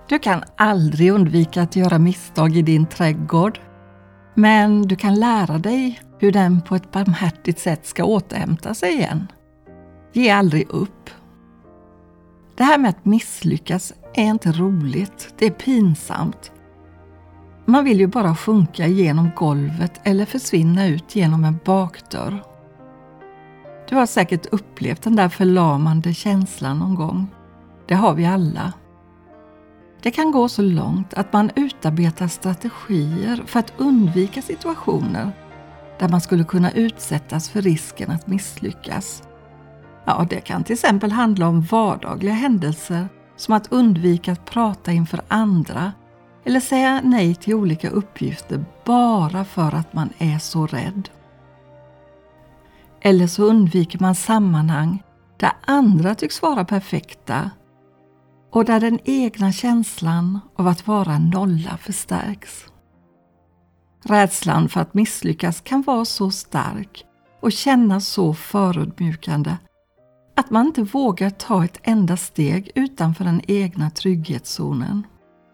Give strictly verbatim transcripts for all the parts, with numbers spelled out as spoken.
Du kan aldrig undvika att göra misstag i din trädgård, men du kan lära dig hur den på ett barmhärtigt sätt ska återhämta sig igen. Ge aldrig upp. Det här med att misslyckas är inte roligt, det är pinsamt. Man vill ju bara sjunka igenom golvet eller försvinna ut genom en bakdörr. Du har säkert upplevt den där förlamande känslan någon gång. Det har vi alla. Det kan gå så långt att man utarbetar strategier för att undvika situationer där man skulle kunna utsättas för risken att misslyckas. Ja, det kan till exempel handla om vardagliga händelser som att undvika att prata inför andra eller säga nej till olika uppgifter bara för att man är så rädd. Eller så undviker man sammanhang där andra tycks vara perfekta och där den egna känslan av att vara nolla förstärks. Rädslan för att misslyckas kan vara så stark och kännas så förödmjukande att man inte vågar ta ett enda steg utanför den egna trygghetszonen.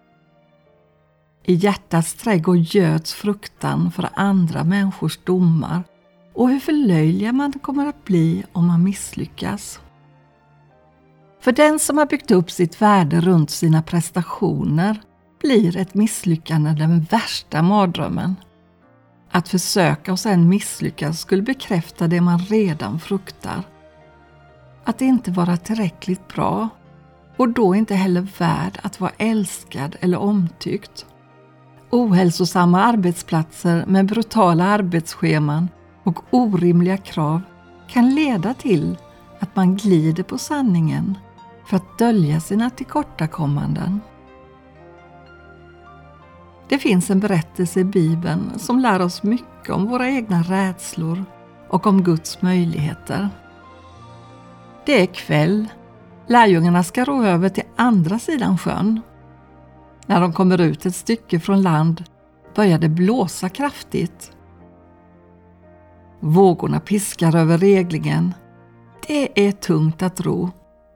I hjärtats trädgård göds fruktan för andra människors domar och hur förlöjliga man kommer att bli om man misslyckas. För den som har byggt upp sitt värde runt sina prestationer blir ett misslyckande den värsta mardrömmen. Att försöka och sen misslyckas skulle bekräfta det man redan fruktar. Att inte vara tillräckligt bra och då inte heller värd att vara älskad eller omtyckt. Ohälsosamma arbetsplatser med brutala arbetsscheman och orimliga krav kan leda till att man glider på sanningen för att dölja sina tillkortakommanden. Det finns en berättelse i Bibeln som lär oss mycket om våra egna rädslor och om Guds möjligheter. Det är kväll. Lärjungarna ska ro över till andra sidan sjön. När de kommer ut ett stycke från land börjar det blåsa kraftigt. Vågorna piskar över reglingen. Det är tungt att ro.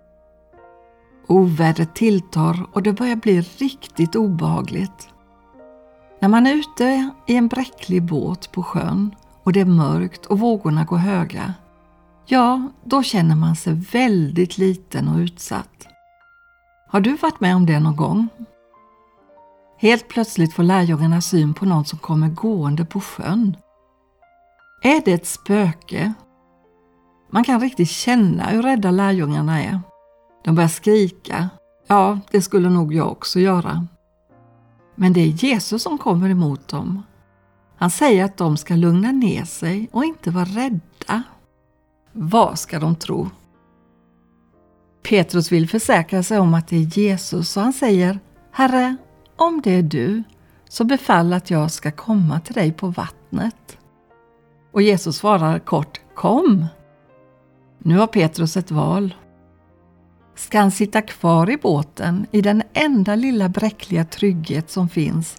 Ovädret tilltar och det börjar bli riktigt obehagligt. När man är ute i en bräcklig båt på sjön och det är mörkt och vågorna går höga, ja, då känner man sig väldigt liten och utsatt. Har du varit med om det någon gång? Helt plötsligt får lärjungarna syn på någon som kommer gående på sjön. Är det ett spöke? Man kan riktigt känna hur rädda lärjungarna är. De börjar skrika. Ja, det skulle nog jag också göra. Men det är Jesus som kommer emot dem. Han säger att de ska lugna ner sig och inte vara rädda. Vad ska de tro? Petrus vill försäkra sig om att det är Jesus och han säger: Herre, om det är du, så befall att jag ska komma till dig på vattnet. Och Jesus svarar kort: Kom! Nu har Petrus ett val. Ska han sitta kvar i båten i den enda lilla bräckliga trygghet som finns?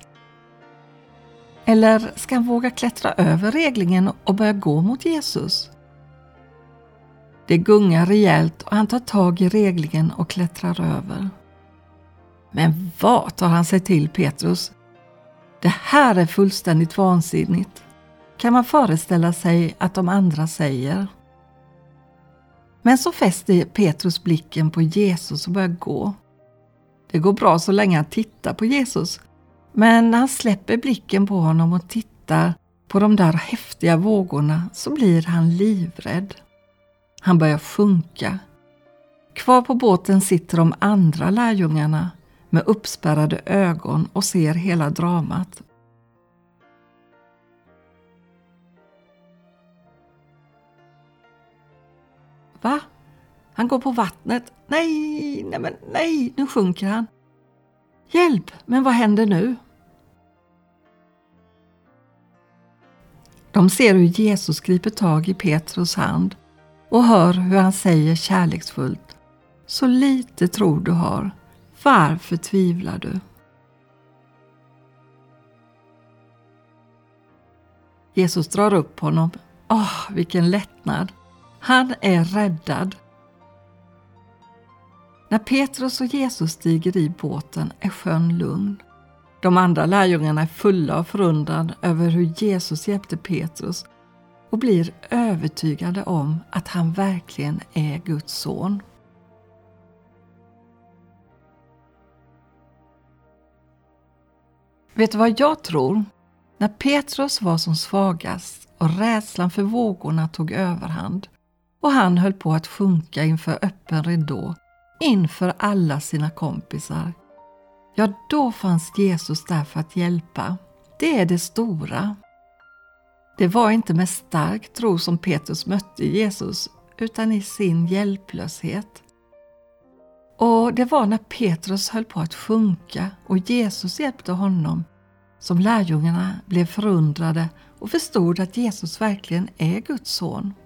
Eller ska han våga klättra över reglingen och börja gå mot Jesus? Det gungar rejält och han tar tag i reglingen och klättrar över. Men vad tar han sig till, Petrus? Det här är fullständigt vansinnigt. Kan man föreställa sig att de andra säger. Men så fäster Petrus blicken på Jesus och börjar gå. Det går bra så länge han tittar på Jesus. Men när han släpper blicken på honom och tittar på de där häftiga vågorna så blir han livrädd. Han börjar sjunka. Kvar på båten sitter de andra lärjungarna med uppspärrade ögon och ser hela dramat. Va? Han går på vattnet. Nej, nej men nej, nu sjunker han. Hjälp, men vad händer nu? De ser hur Jesus griper tag i Petrus hand och hör hur han säger kärleksfullt: Så lite tror du har. Varför tvivlar du? Jesus drar upp honom. Åh, vilken lättnad. Han är räddad. När Petrus och Jesus stiger i båten är sjön lugn. De andra lärjungarna är fulla av förundran över hur Jesus hjälpte Petrus och blir övertygade om att han verkligen är Guds son. Vet du vad jag tror? När Petrus var som svagast och rädslan för vågorna tog överhand och han höll på att sjunka inför öppen ridå, inför alla sina kompisar, ja, då fanns Jesus där för att hjälpa. Det är det stora. Det var inte med stark tro som Petrus mötte Jesus, utan i sin hjälplöshet. Och det var när Petrus höll på att sjunka och Jesus hjälpte honom som lärjungarna blev förundrade och förstod att Jesus verkligen är Guds son.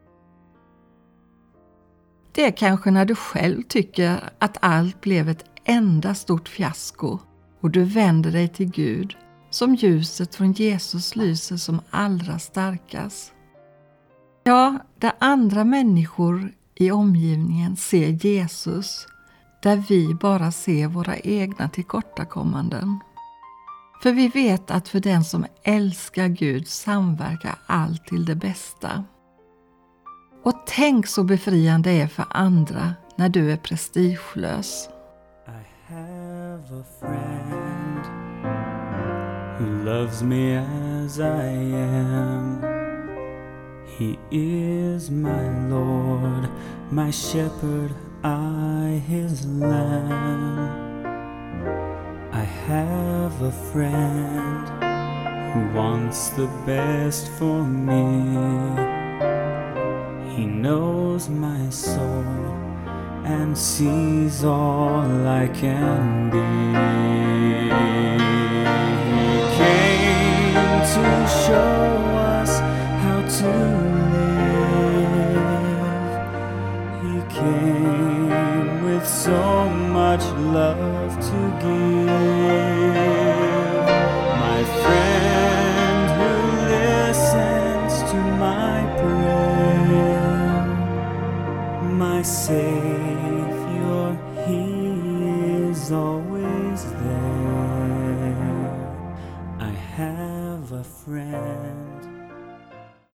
Det är kanske när du själv tycker att allt blev ett enda stort fiasko och du vänder dig till Gud som ljuset från Jesus lyser som allra starkast. Ja, där andra människor i omgivningen ser Jesus, där vi bara ser våra egna tillkortakommanden. För vi vet att för den som älskar Gud samverkar allt till det bästa. Och tänk så befriande det är för andra när du är prestigelös. I have a friend who loves me as I am. He is my Lord, my shepherd, I his lamb. I have a friend who wants the best for me. He knows my soul and sees all I can be. He came to show us how to live. He came with so much love to give. My friend who listens to my prayer, my Savior.